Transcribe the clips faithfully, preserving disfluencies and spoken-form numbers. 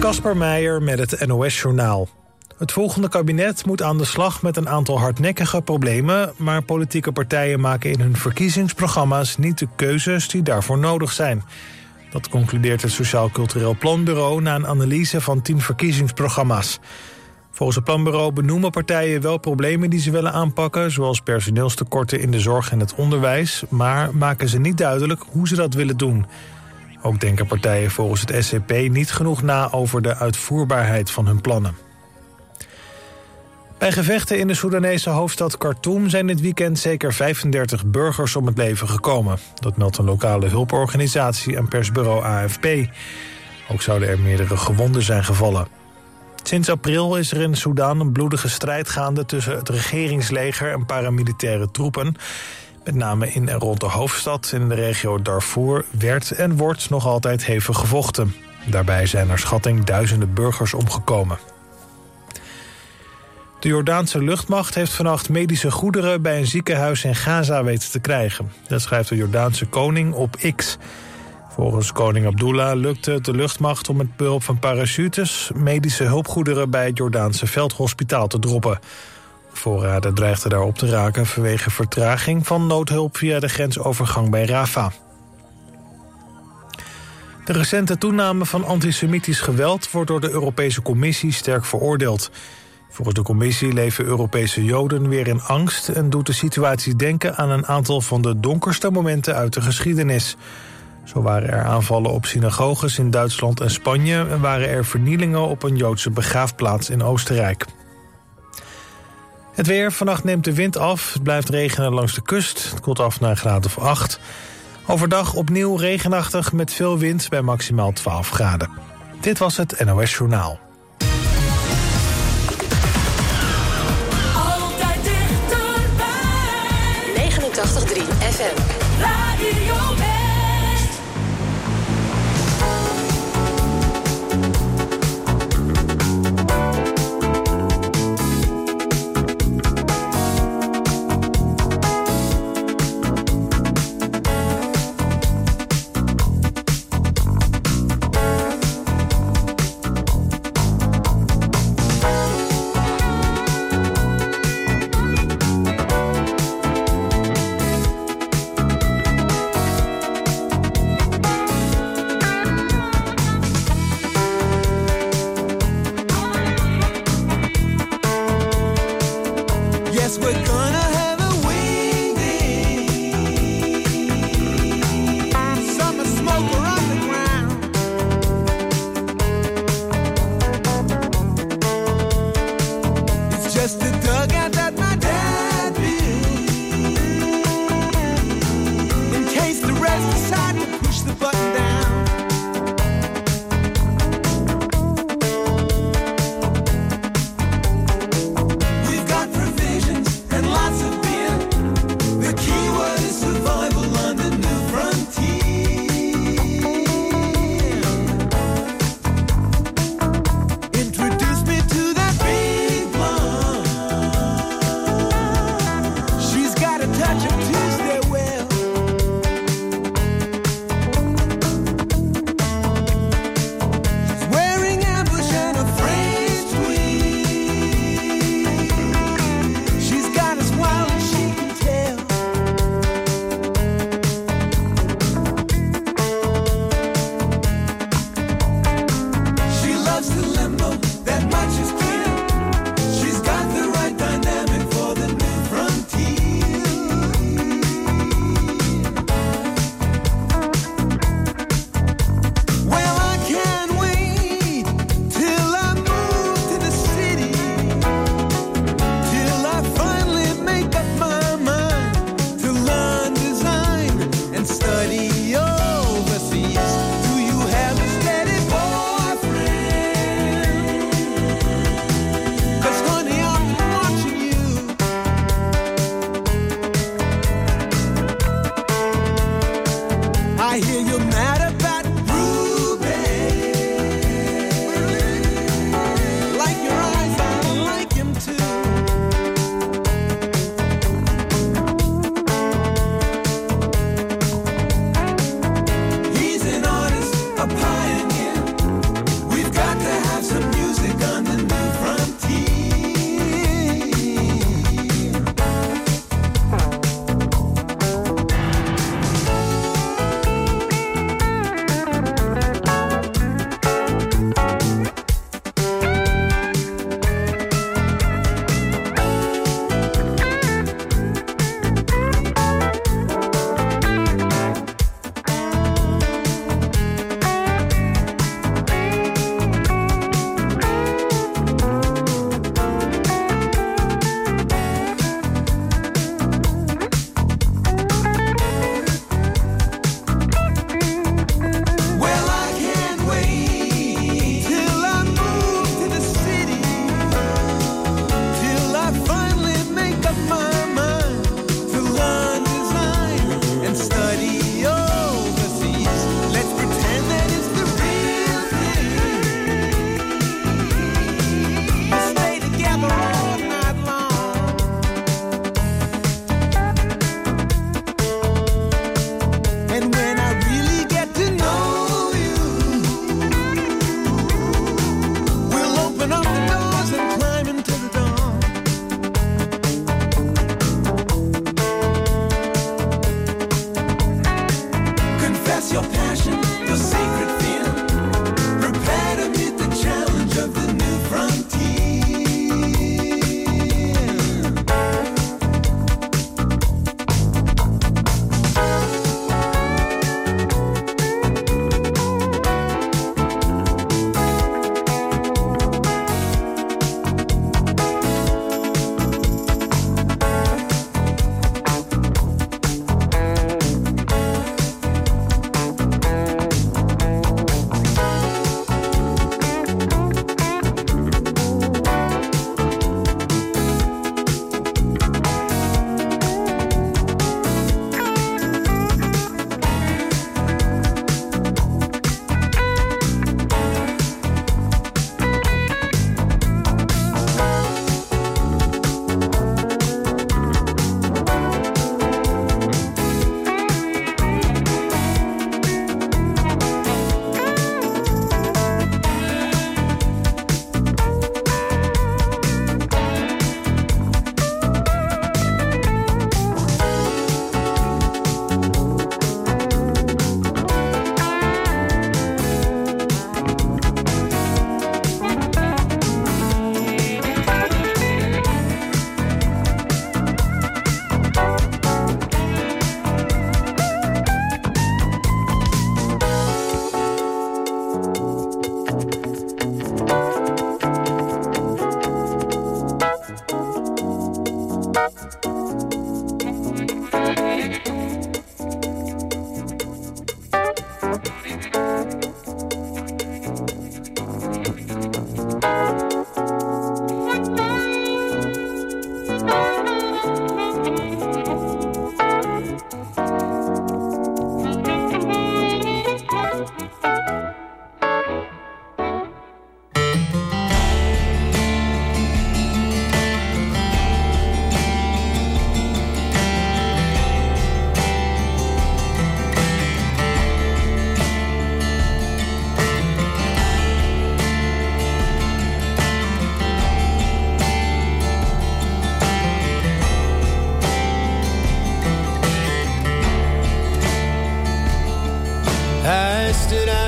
Kasper Meijer met het N O S-journaal. Het volgende kabinet moet aan de slag met een aantal hardnekkige problemen, maar politieke partijen maken in hun verkiezingsprogramma's niet de keuzes die daarvoor nodig zijn. Dat concludeert het Sociaal Cultureel Planbureau na een analyse van tien verkiezingsprogramma's. Volgens het planbureau benoemen partijen wel problemen die ze willen aanpakken, zoals personeelstekorten in de zorg en het onderwijs, maar maken ze niet duidelijk hoe ze dat willen doen. Ook denken partijen volgens het S C P niet genoeg na over de uitvoerbaarheid van hun plannen. Bij gevechten in de Soedanese hoofdstad Khartoum zijn dit weekend zeker vijfendertig burgers om het leven gekomen. Dat meldt een lokale hulporganisatie en persbureau A F P. Ook zouden er meerdere gewonden zijn gevallen. Sinds april is er in Soedan een bloedige strijd gaande tussen het regeringsleger en paramilitaire troepen. Met name in en rond de hoofdstad in de regio Darfur werd en wordt nog altijd hevig gevochten. Daarbij zijn naar schatting duizenden burgers omgekomen. De Jordaanse luchtmacht heeft vannacht medische goederen bij een ziekenhuis in Gaza weten te krijgen. Dat schrijft de Jordaanse koning op X. Volgens koning Abdullah lukte het de luchtmacht om met behulp van parachutes medische hulpgoederen bij het Jordaanse veldhospitaal te droppen. Voorraden dreigden daar op te raken vanwege vertraging van noodhulp via de grensovergang bij Rafah. De recente toename van antisemitisch geweld wordt door de Europese Commissie sterk veroordeeld. Volgens de commissie leven Europese Joden weer in angst en doet de situatie denken aan een aantal van de donkerste momenten uit de geschiedenis. Zo waren er aanvallen op synagoges in Duitsland en Spanje en waren er vernielingen op een Joodse begraafplaats in Oostenrijk. Het weer, vannacht neemt de wind af, het blijft regenen langs de kust, het koelt af naar een graad of acht. Overdag opnieuw regenachtig met veel wind bij maximaal twaalf graden. Dit was het N O S Journaal. Altijd dichterbij. negenentachtig komma drie F M. Radio West.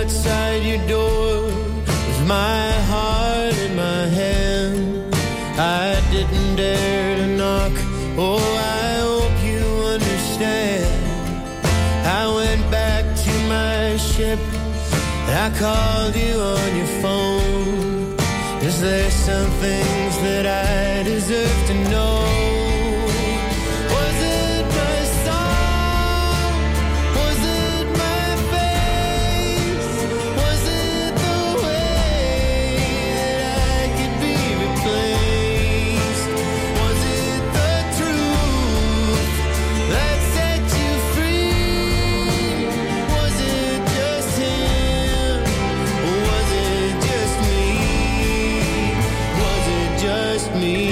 outside your door with my heart in my hand. I didn't dare to knock. Oh, I hope you understand. I went back to my ship. I called you on your phone. Is there some things that I deserve to know? Was it my song? Was it my face? Was it the way that I could be replaced? Was it the truth that set you free? Was it just him? Was it just me? Was it just me?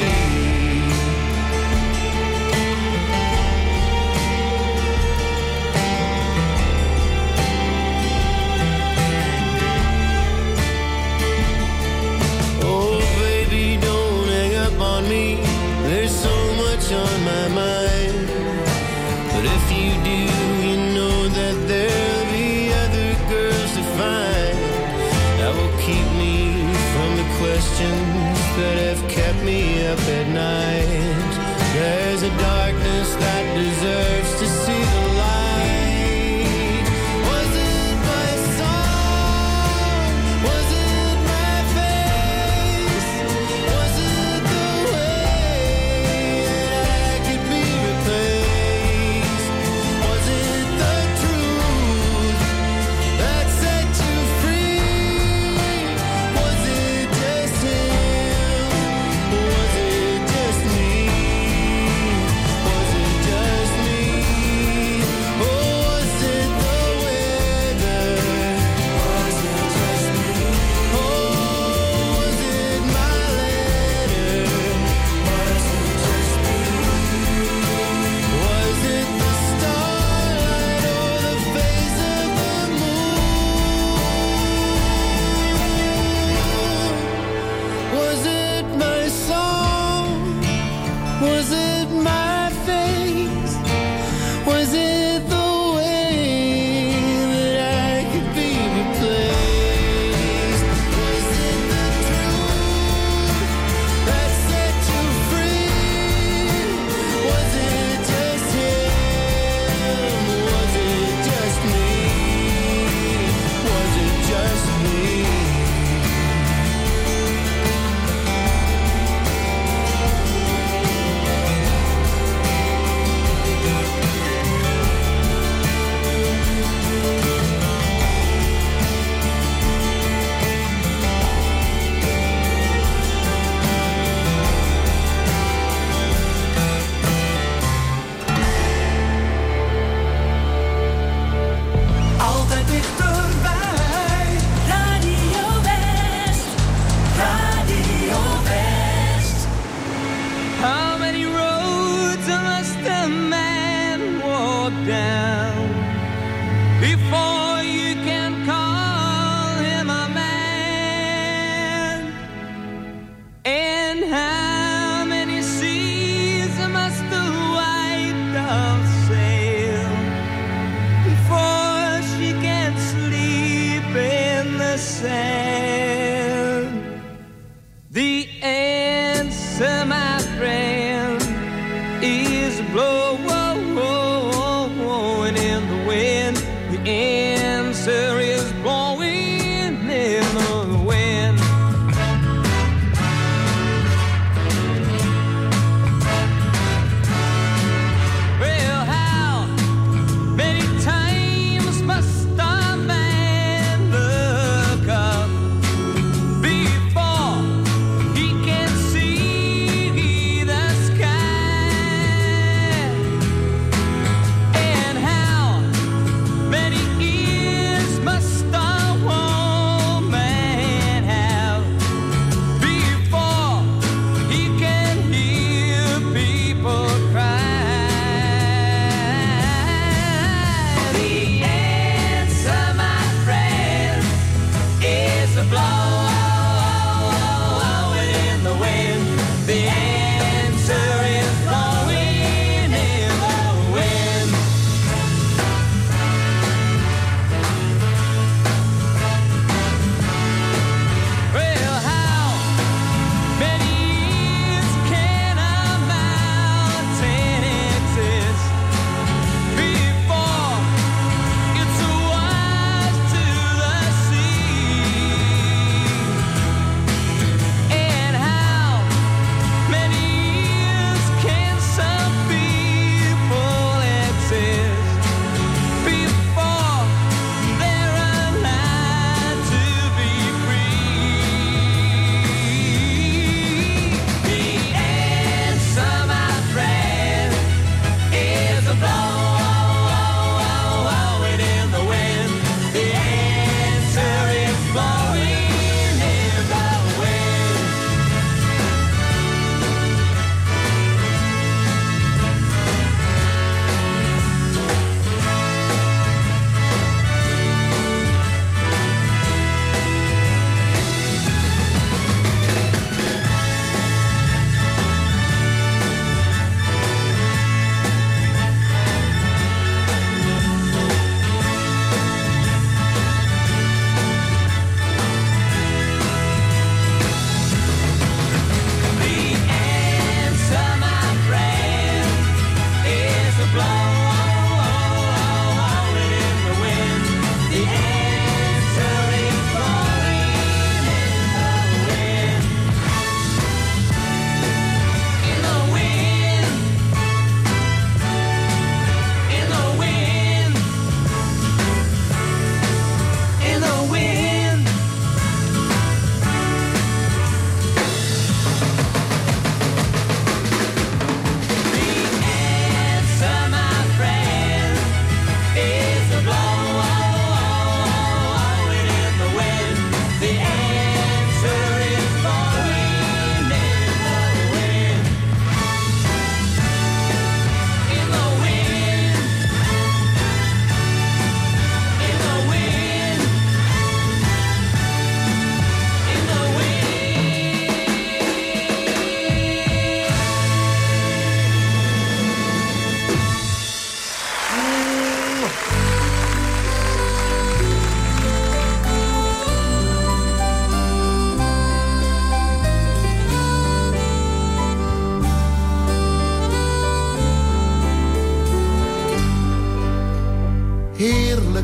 Oh, baby, don't hang up on me. There's so much on my mind. But if you do, you know that there'll be other girls to find. That will keep me from the questions that have kept me up at night. There's a darkness that deserves to see the light. Was it my song? Was it my face? Was it the way that I could be replaced? Was it the truth that set you free? Was it just him? Was it just me? Was it just me?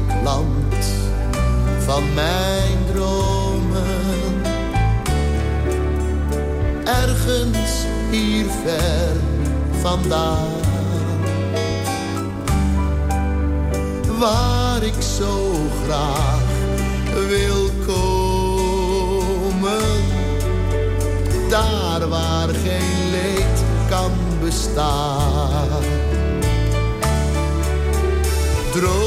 land van mijn dromen. Ergens hier ver vandaan, waar ik zo graag wil komen. Daar waar geen leed kan bestaan. Droomland,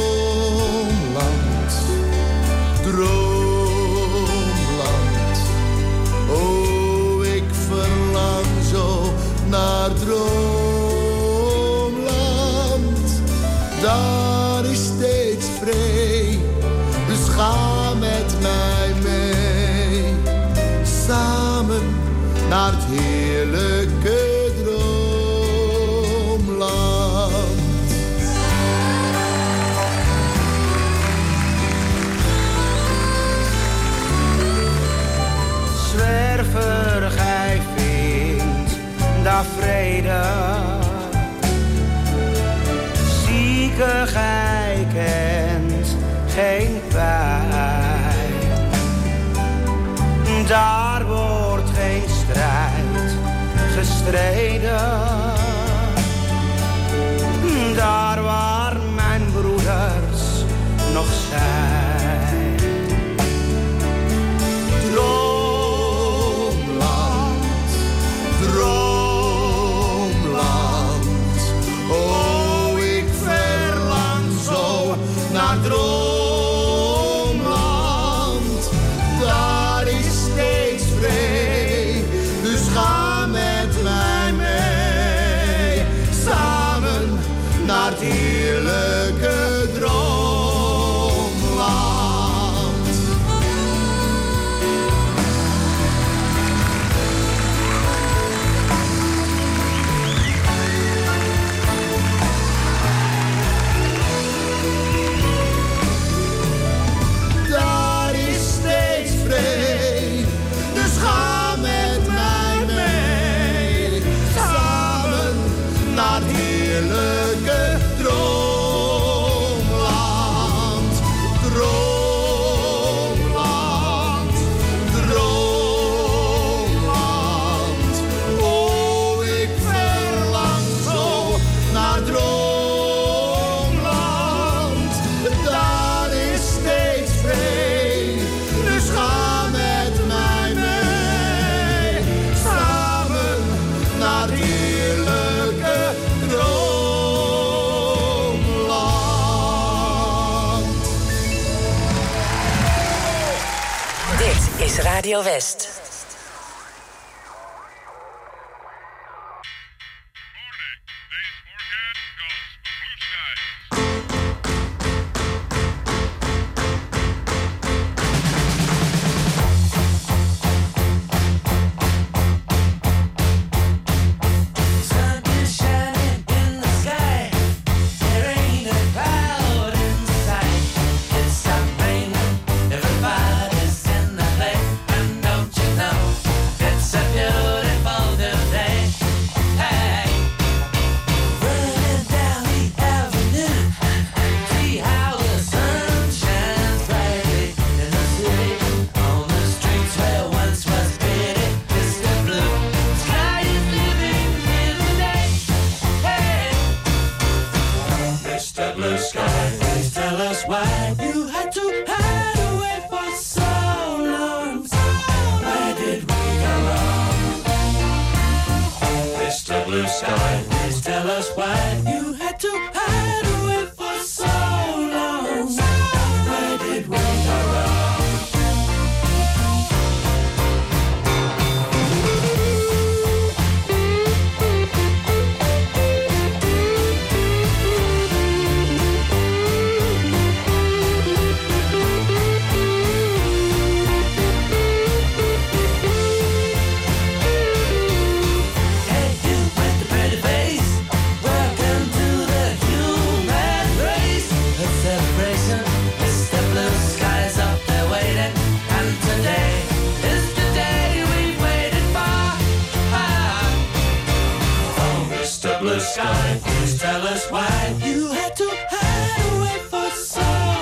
droomland. Oh, ik verlang zo naar droomland. Daar is steeds vrede, dus ga met mij mee. Samen naar het heerlijke droomland. Zwerver, gij vindt daar vrede. Zieke, gij kent geen pijn. Daar wordt geen strijd gestreden. Daar waar mijn broeders nog zijn. Droomland, droomland. Oh, ik verlang zo naar droomland. Daar is steeds vrede, dus ga met mij mee. Samen naar het heerlijke droomland. Daar is steeds vrede, dus ga met mij mee. Samen naar het heerlijke droomland. Droomland, droomland. Oh, ik verlang zo naar droomland. Daar is steeds vrede, dus ga met mij mee. Samen naar het heerlijke droomland. Dit is Radio West. Sun is shining in the sky. There ain't a cloud in sight. It's stop raining. Everybody's in the play. And don't you know it's a beautiful new day? Hey, running down the avenue, see how the sun shines brightly in the city. On the streets where once was pretty, Mister Blue Sky is living in the day. Hey, Mister Blue Sky, please tell us why you had to hide away for so long. Where did we go wrong? Mister Blue Sky, please tell us why you had to hide away for so long. Where did we go wrong? Hey, you with the pretty face, welcome to the human race. A celebration, Mister Blue Sky's up there waiting, and today is the day we've waited for. Ah. Oh, Mister Blue Sky, please tell us why you had to hide away for so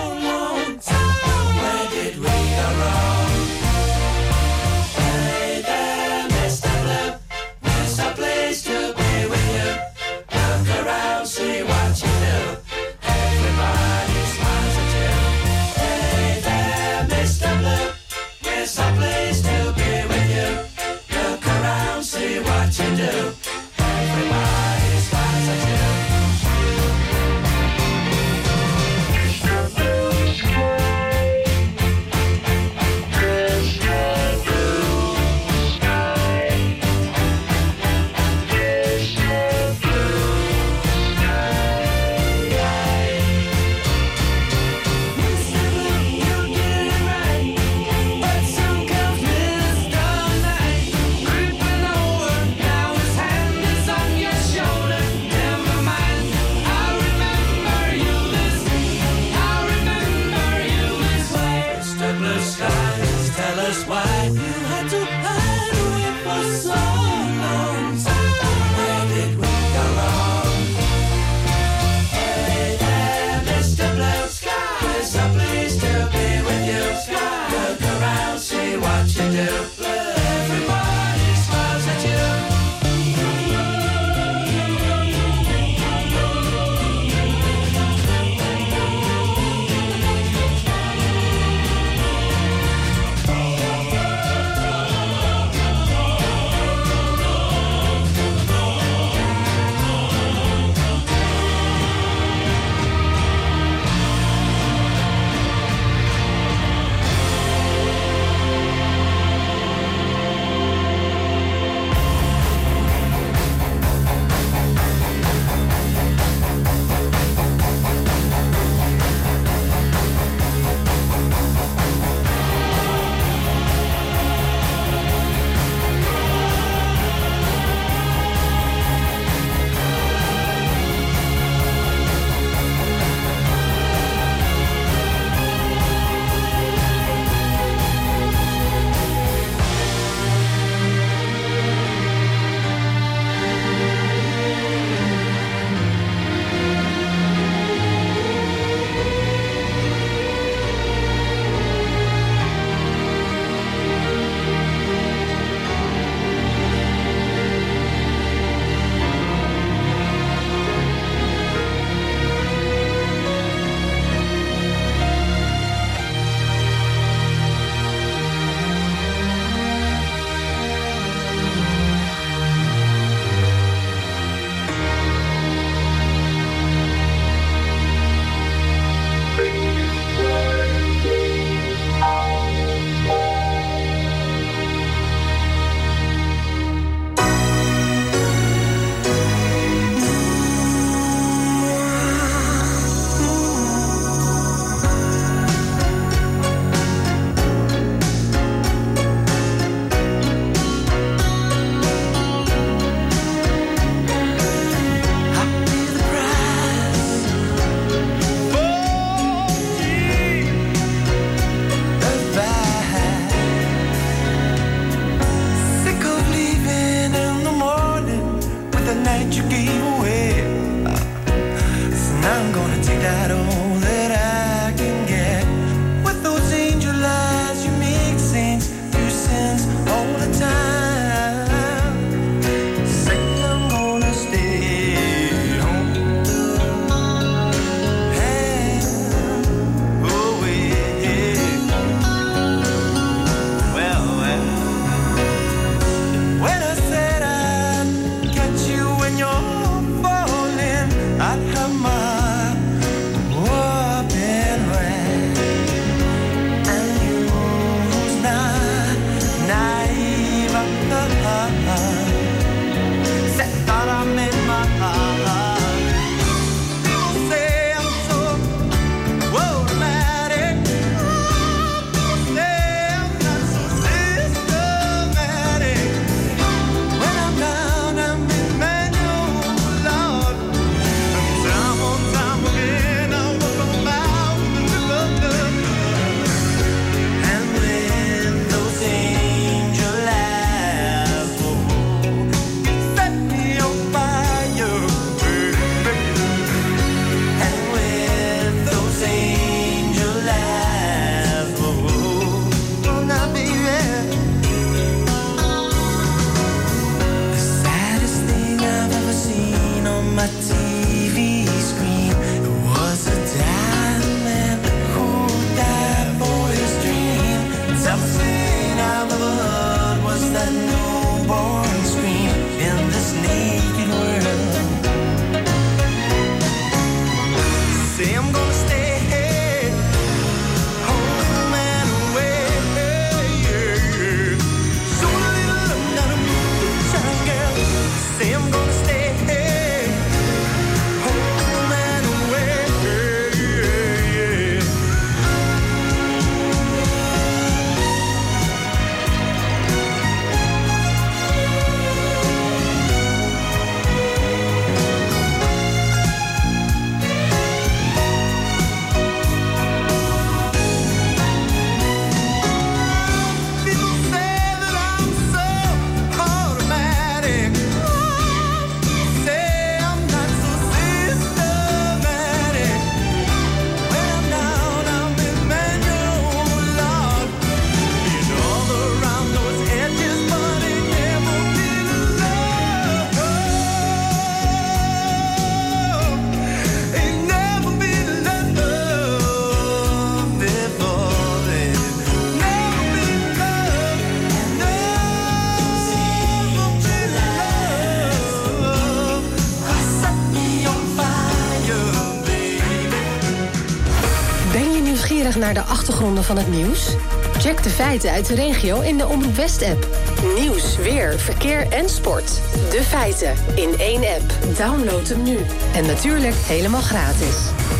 naar de achtergronden van het nieuws? Check de feiten uit de regio in de Omroep West-app. Nieuws, weer, verkeer en sport. De feiten in één app. Download hem nu. En natuurlijk helemaal gratis.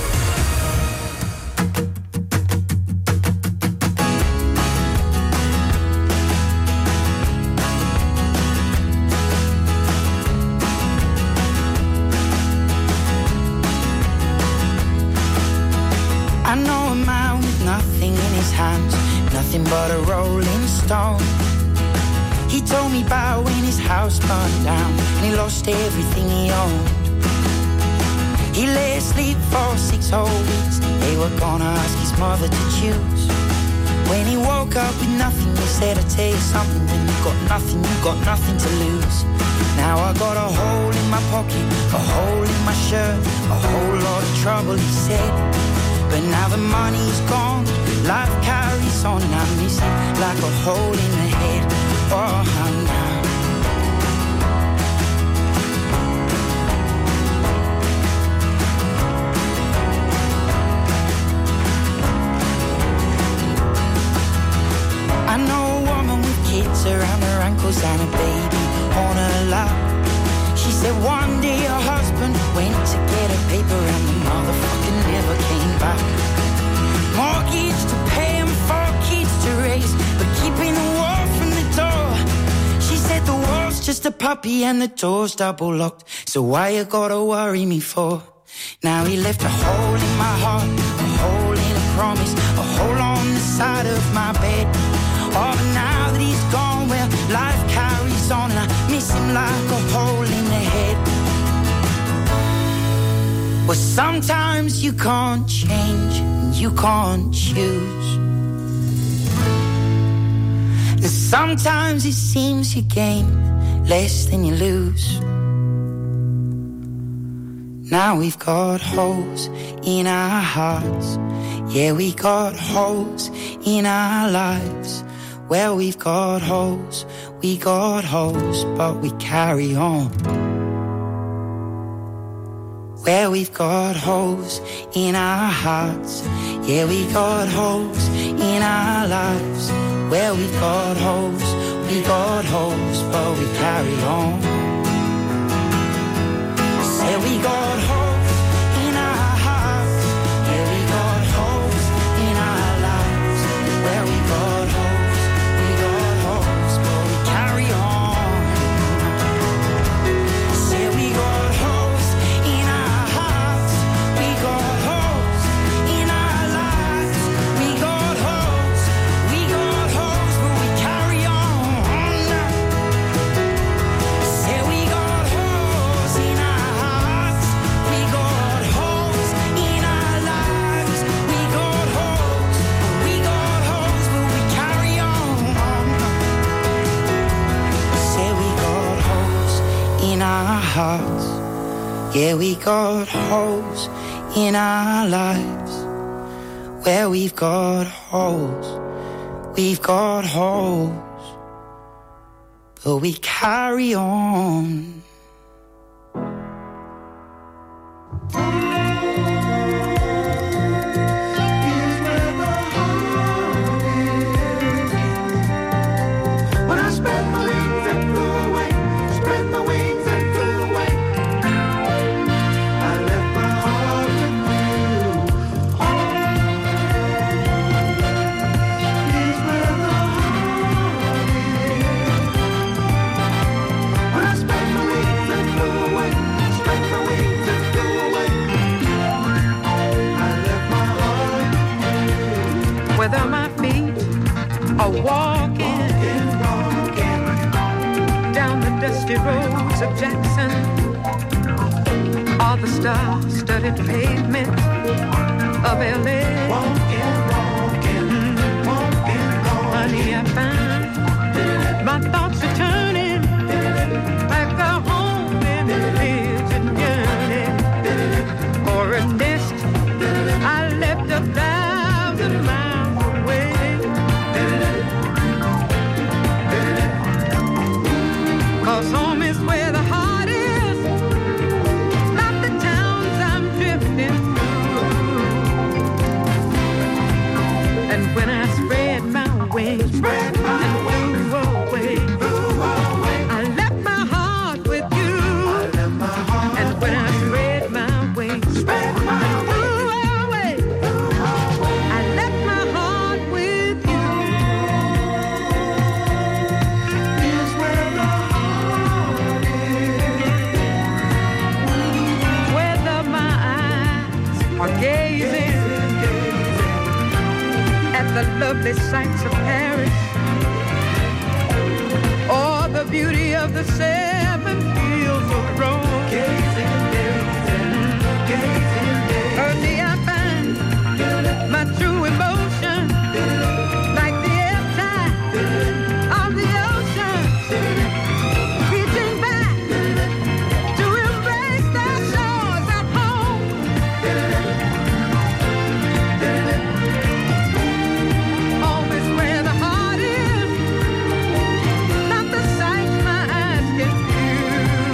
I know a man with nothing in his hands, nothing but a rolling stone. He told me about when his house burned down and he lost everything he owned. He lay asleep for six whole weeks. They were gonna ask his mother to choose. When he woke up with nothing, he said, I tell you something, when you got nothing, you got nothing to lose. Now I got a hole in my pocket, a hole in my shirt, a whole lot of trouble, he said. But now the money's gone, life carries on, and I miss him like a hole in the head. Oh, now. I know a woman with kids around her ankles and a baby on her lap. She said one day her husband went to get a paper and the motherfucker never came back. Mortgage to pay and four kids to raise, but keeping the wall from the door. She said the wall's just a puppy and the door's double locked, so why you gotta worry me for? Now he left a hole in my heart, a hole in a promise, a hole on the side of my bed. Oh, but now that he's gone, well, life carries on, and I miss him like a hole in the head. Well, sometimes you can't change, you can't choose. And sometimes it seems you gain less than you lose. Now we've got holes in our hearts. Yeah, we got holes in our lives. Well, we've got holes, we got holes, but we carry on. Well, we've got holes in our hearts. Yeah, we got holes in our lives. Well, we've got holes, we got holes, but we carry on. Say we got holes in our hearts. Yeah, we got holes in our lives. Well, we got holes, we got holes, but we carry on. Say we got holes in our hearts. We got holes in our lives. We got holes, we got holes, but we carry on. Say we got holes in our hearts. We got holes in our lives. We got holes, we got holes, but we carry on. Say we got holes in our hearts. Yeah, we got holes in our lives. Where we've got holes, we've got holes, but we carry on. When I spread my wings and flew away, spread my wings and flew away, I left my heart with you. Oh, here's where the heart is. When I spread my wings and flew away, spread my wings and flew away, I left my heart with you. Whether my feet are walking down the dusty roads of Jackson, or the star-studded pavement of L A. Walking, walking, walking, Honey, I find my thoughts are turning back a home in the vision yearning for a nest I left a thousand miles away. 'Cause home is where the heart is, not the towns I'm drifting through. lights of Paris, or the beauty of the seven fields of Rome. Early I find my true emotion, like the ebb tide of the ocean, reaching back to embrace their shores at home. Home is where the heart is, not the sights my eyes can view.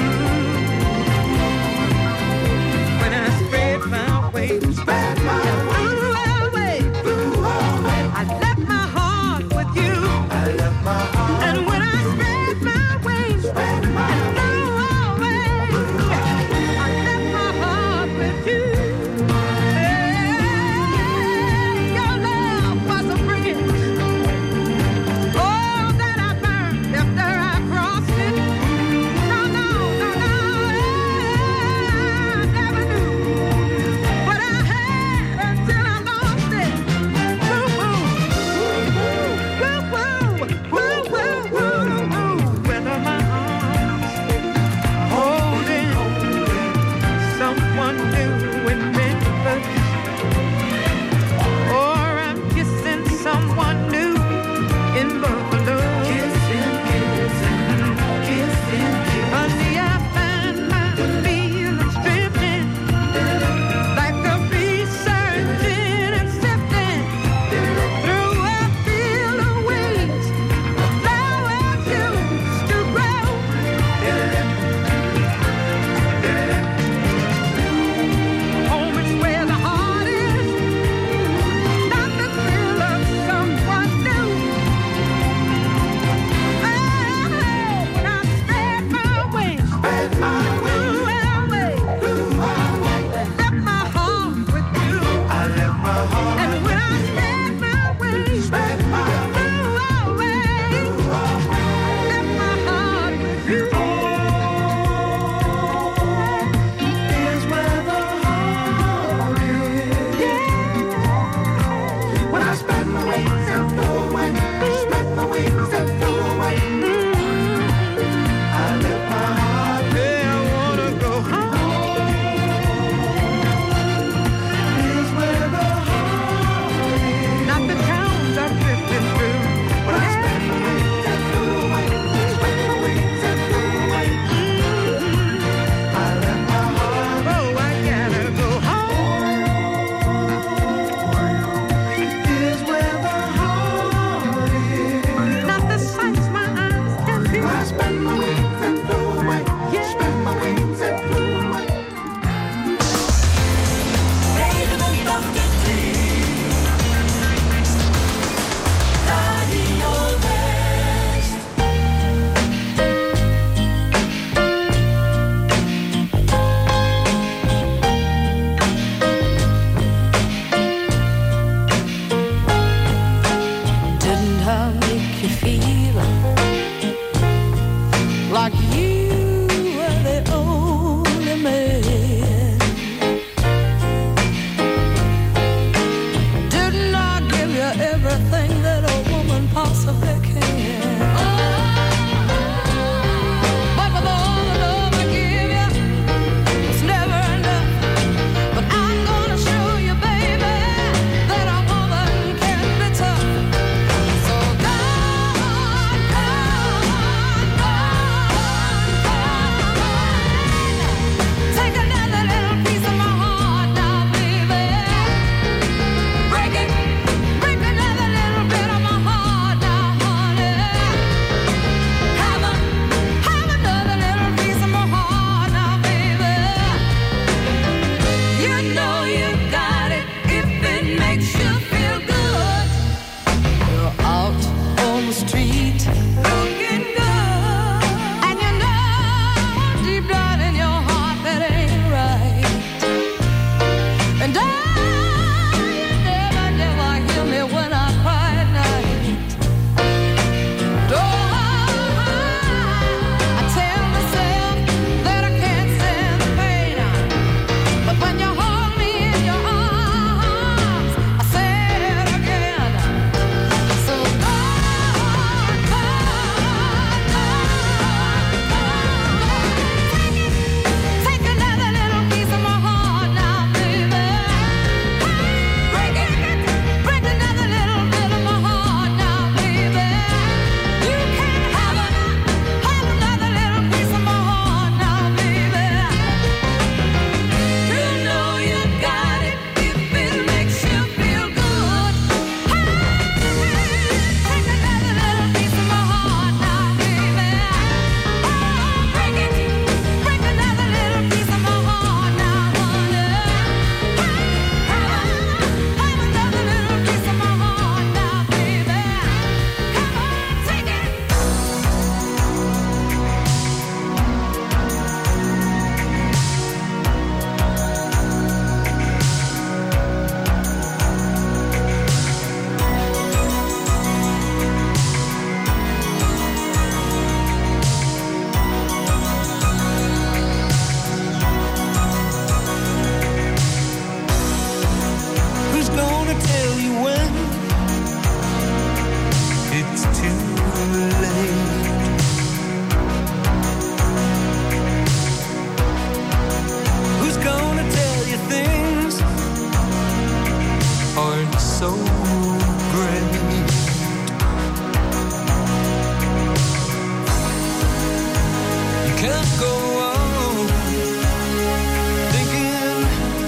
can't go on thinking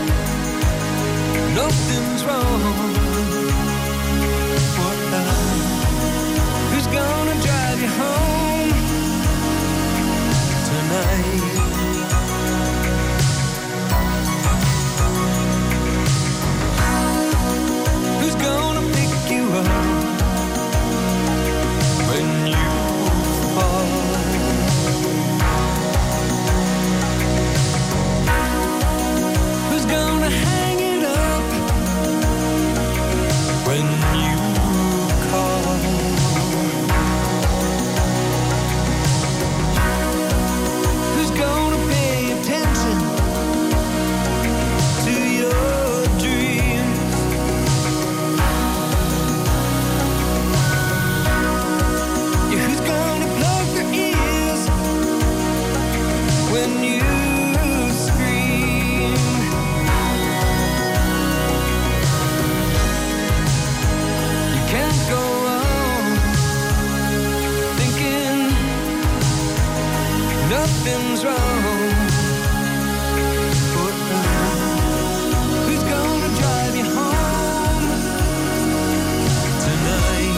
nothing's wrong. What now? Who's gonna drive you home tonight? Who's gonna pick you up when you fall? Who's gonna hang it up when you call? Who's gonna pay attention to your dreams? Yeah, who's gonna plug their ears when you scream? You can't go on thinking nothing's wrong. But who's gonna drive you home tonight?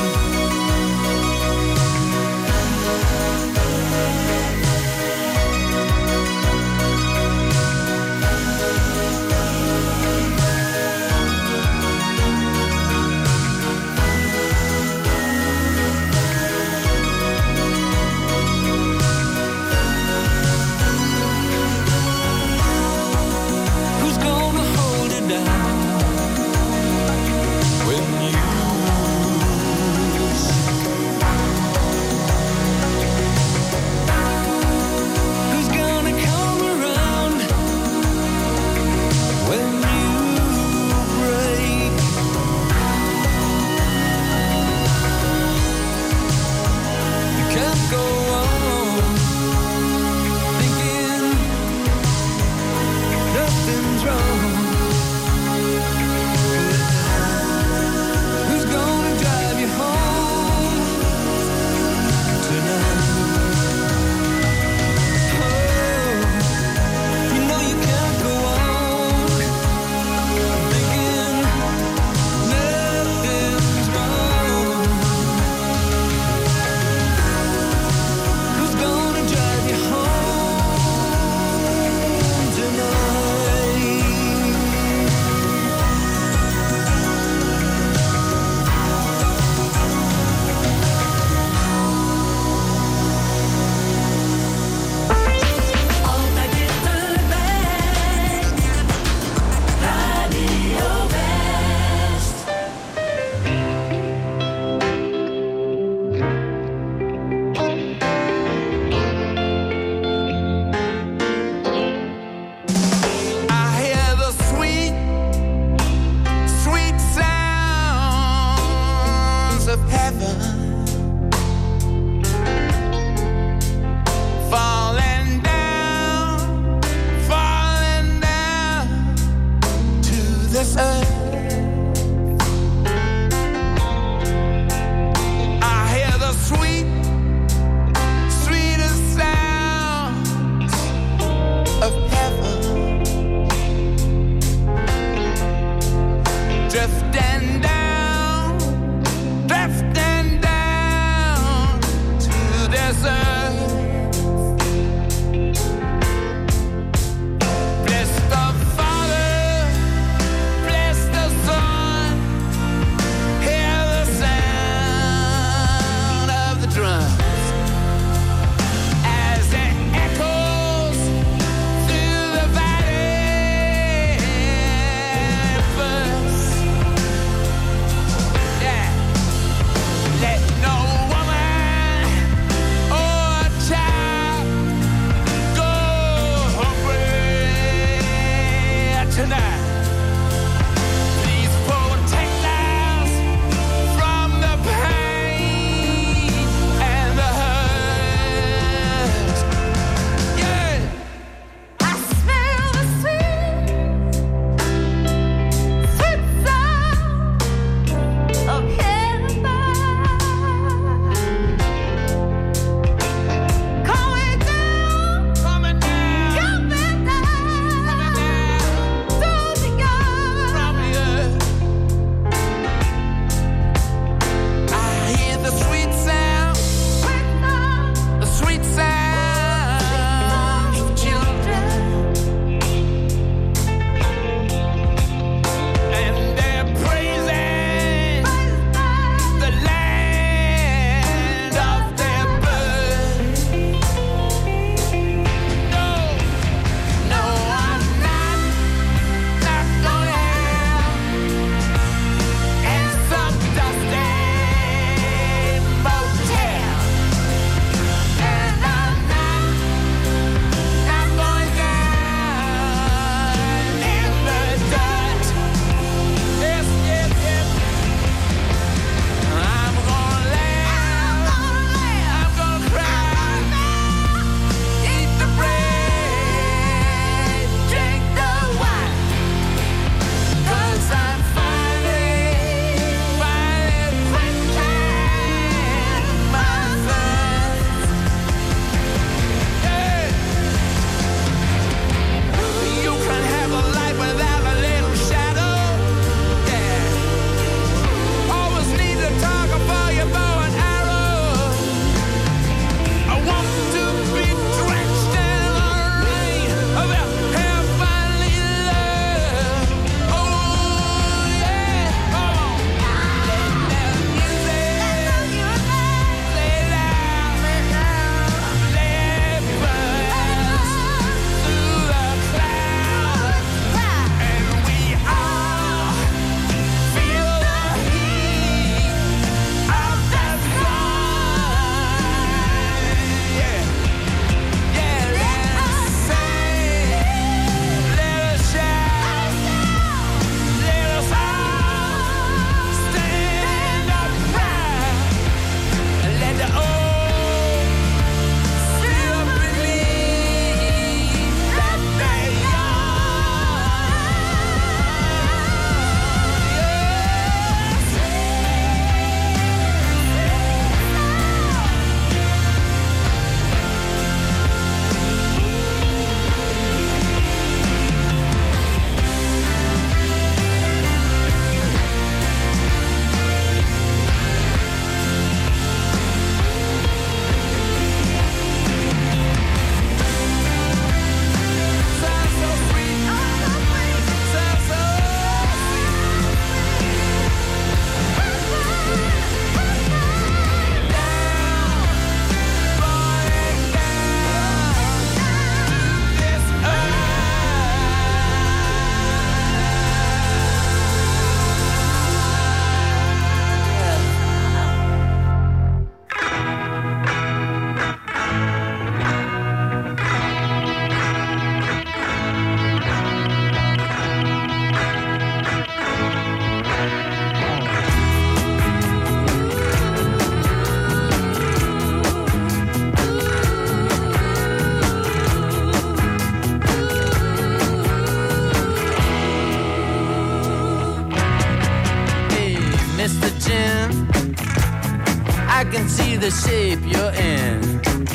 the shape you're in.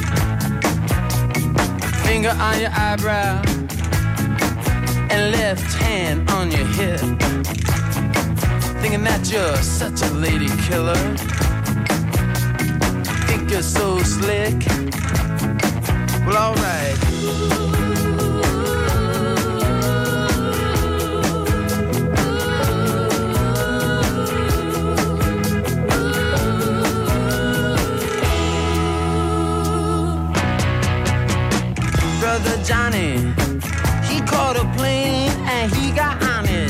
Finger on your eyebrow and left hand on your hip. Thinking that you're such a lady killer. Think you're so slick. Well, alright. Brother Johnny, he caught a plane and he got on it.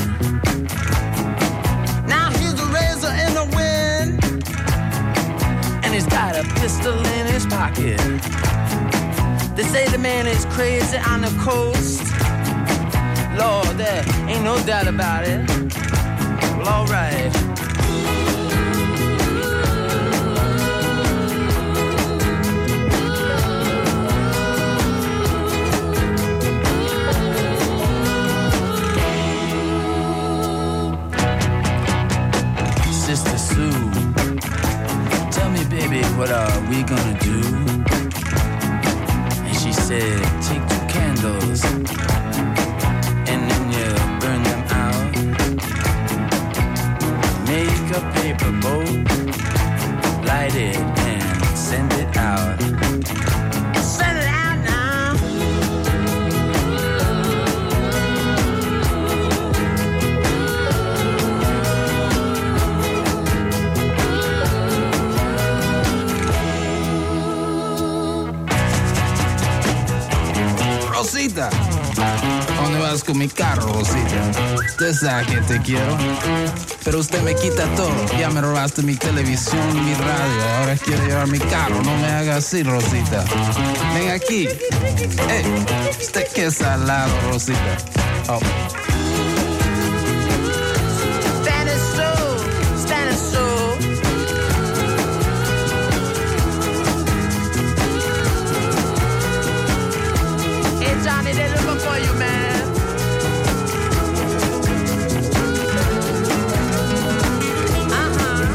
Now he's a razor in the wind, and he's got a pistol in his pocket. They say the man is crazy on the coast. Lord, there ain't no doubt about it. Well, alright. Sister Sue, tell me, baby, what are we gonna do? And she said, take two candles and then you burn them out. Make a paper boat, light it and send it out. Send it out now. Rosita, ¿dónde vas con mi carro, Rosita? Usted sabe que te quiero, pero usted me quita todo. Ya me robaste mi televisión, mi radio, ahora quiere llevar mi carro. No me haga así, Rosita. Ven aquí. Eh, usted qué salado, Rosita. Oh. Standing slow, standing slow. Hey Johnny, they're looking for you, man. Uh-huh.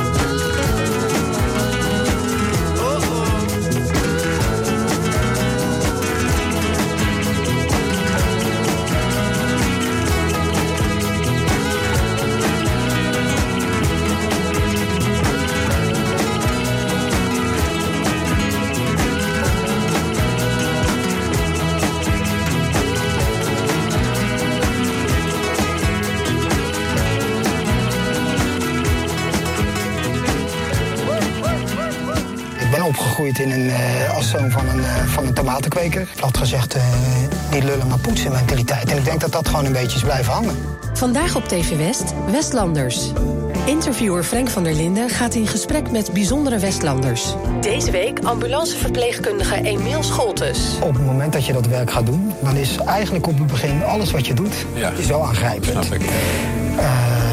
Uh-oh. Ik ben opgegroeid in een, uh, als zoon van een, uh, van een tomatenkweker. Plat gezegd, uh, niet lullen maar poetsen mentaliteit. En ik denk dat dat gewoon een beetje is blijven hangen. Vandaag op T V West, Westlanders. Interviewer Frank van der Linden gaat in gesprek met bijzondere Westlanders. Deze week ambulanceverpleegkundige Emiel Scholtes. Op het moment dat je dat werk gaat doen, dan is eigenlijk op het begin alles wat je doet Ja. zo aangrijpend. Snap ik. Uh,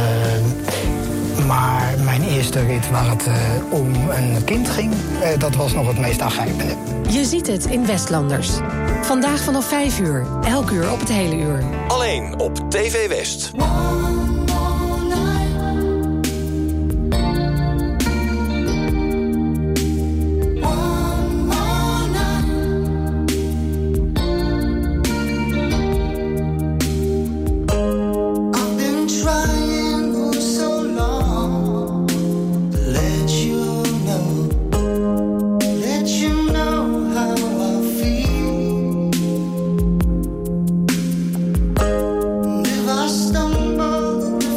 maar mijn eerste rit waar het uh, om een kind ging, uh, dat was nog het meest aangrijpende. Je ziet het in Westlanders. Vandaag vanaf vijf uur, elk uur op het hele uur. Alleen op T V West. I've been trying for so long to let you know, let you know how I feel. And if I stumble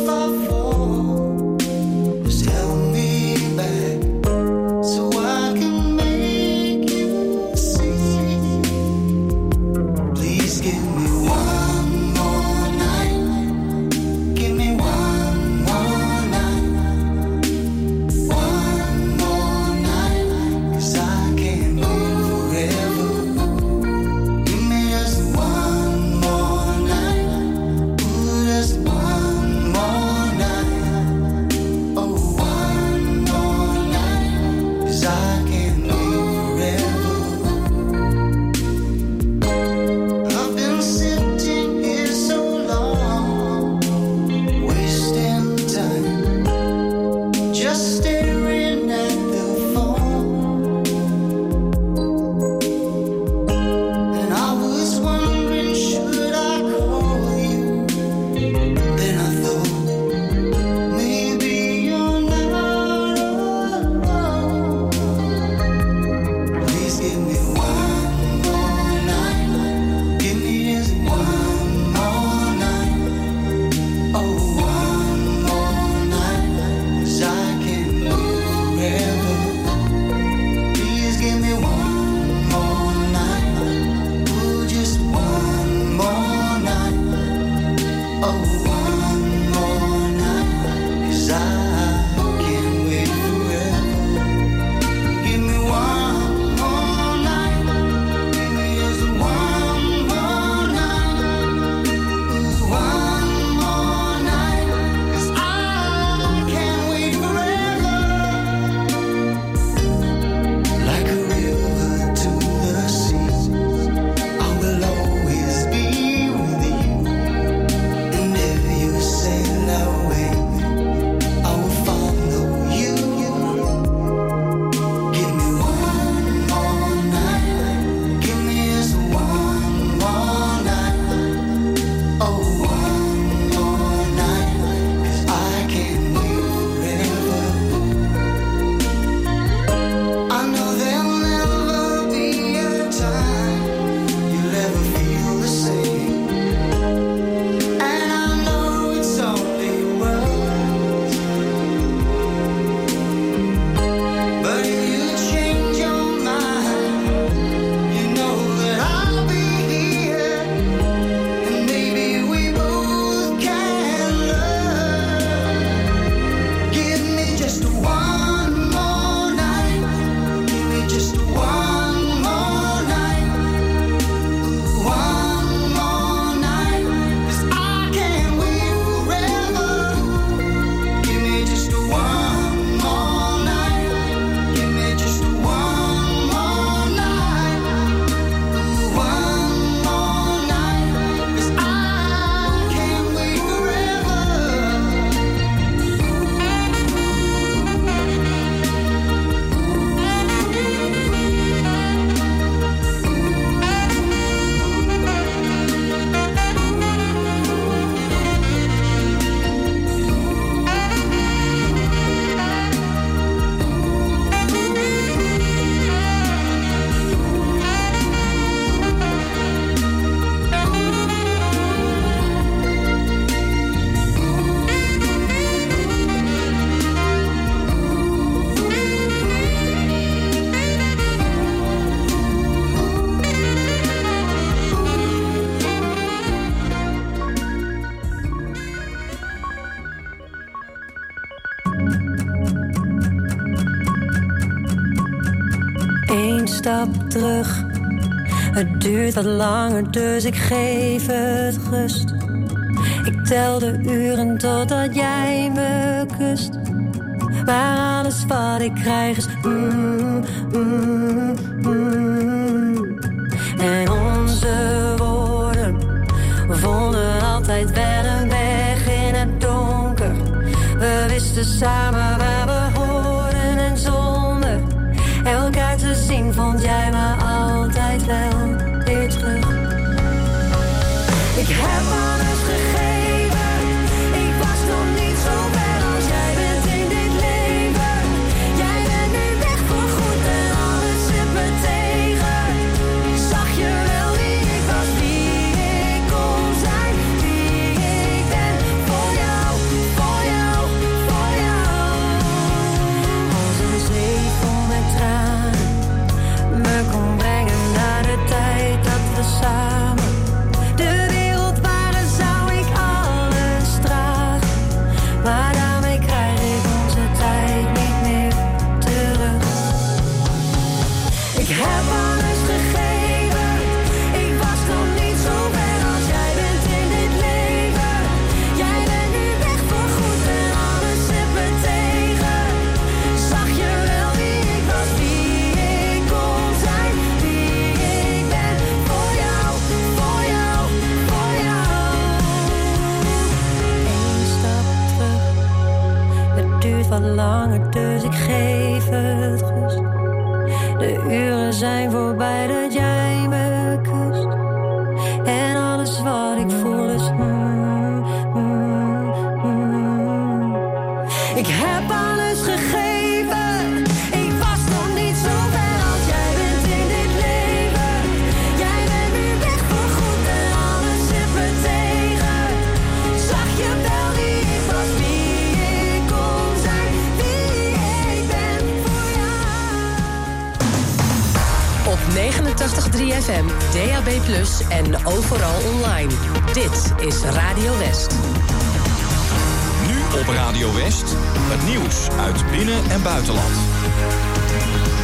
stap terug. Het duurt wat langer, dus ik geef het rust. Ik tel de uren totdat jij me kust. Maar alles wat ik krijg is mm, mm, mm. En onze woorden vonden altijd wel een weg in het donker. We wisten samen waar we hoorden en zonder elkaar te zien vond jij me altijd wel weer terug. Ik heb alles gegeven, ik was nog niet zo ver als jij bent in dit leven. Jij bent nu weg voor goed en alles zit me tegen. Zag je wel wie ik was, wie ik kon zijn, wie ik ben. Voor jou, voor jou, voor jou. Als een zee vol met tranen me kon brengen naar de tijd dat we samen de wereld waren, zou ik alles dragen. Maar daarmee krijg ik onze tijd niet meer terug. Ik heb alles gegeven, ik was nog niet zo ver als jij bent in dit leven. Jij bent nu weg voor goed en alles zit me tegen. Zag je wel wie ik was, wie ik kon zijn, wie ik ben. Voor jou, voor jou, voor jou. Eén stap terug, het duurt wat langer, dus ik geef het rust. De uren zijn voorbij dat jij me kust. En alles wat ik voel is mm, mm, mm. Ik heb alles gegeven, ik was nog niet zo ver als jij bent in dit leven. Jij bent nu weg voor goed en alles zit me tegen. Zag je wel wie ik was, wie ik kon zijn, wie ik ben voor jou. Op negenentachtig komma drie F M, D A B plus, en overal online. Dit is Radio West. Nu op Radio West, het nieuws uit binnen- en buitenland.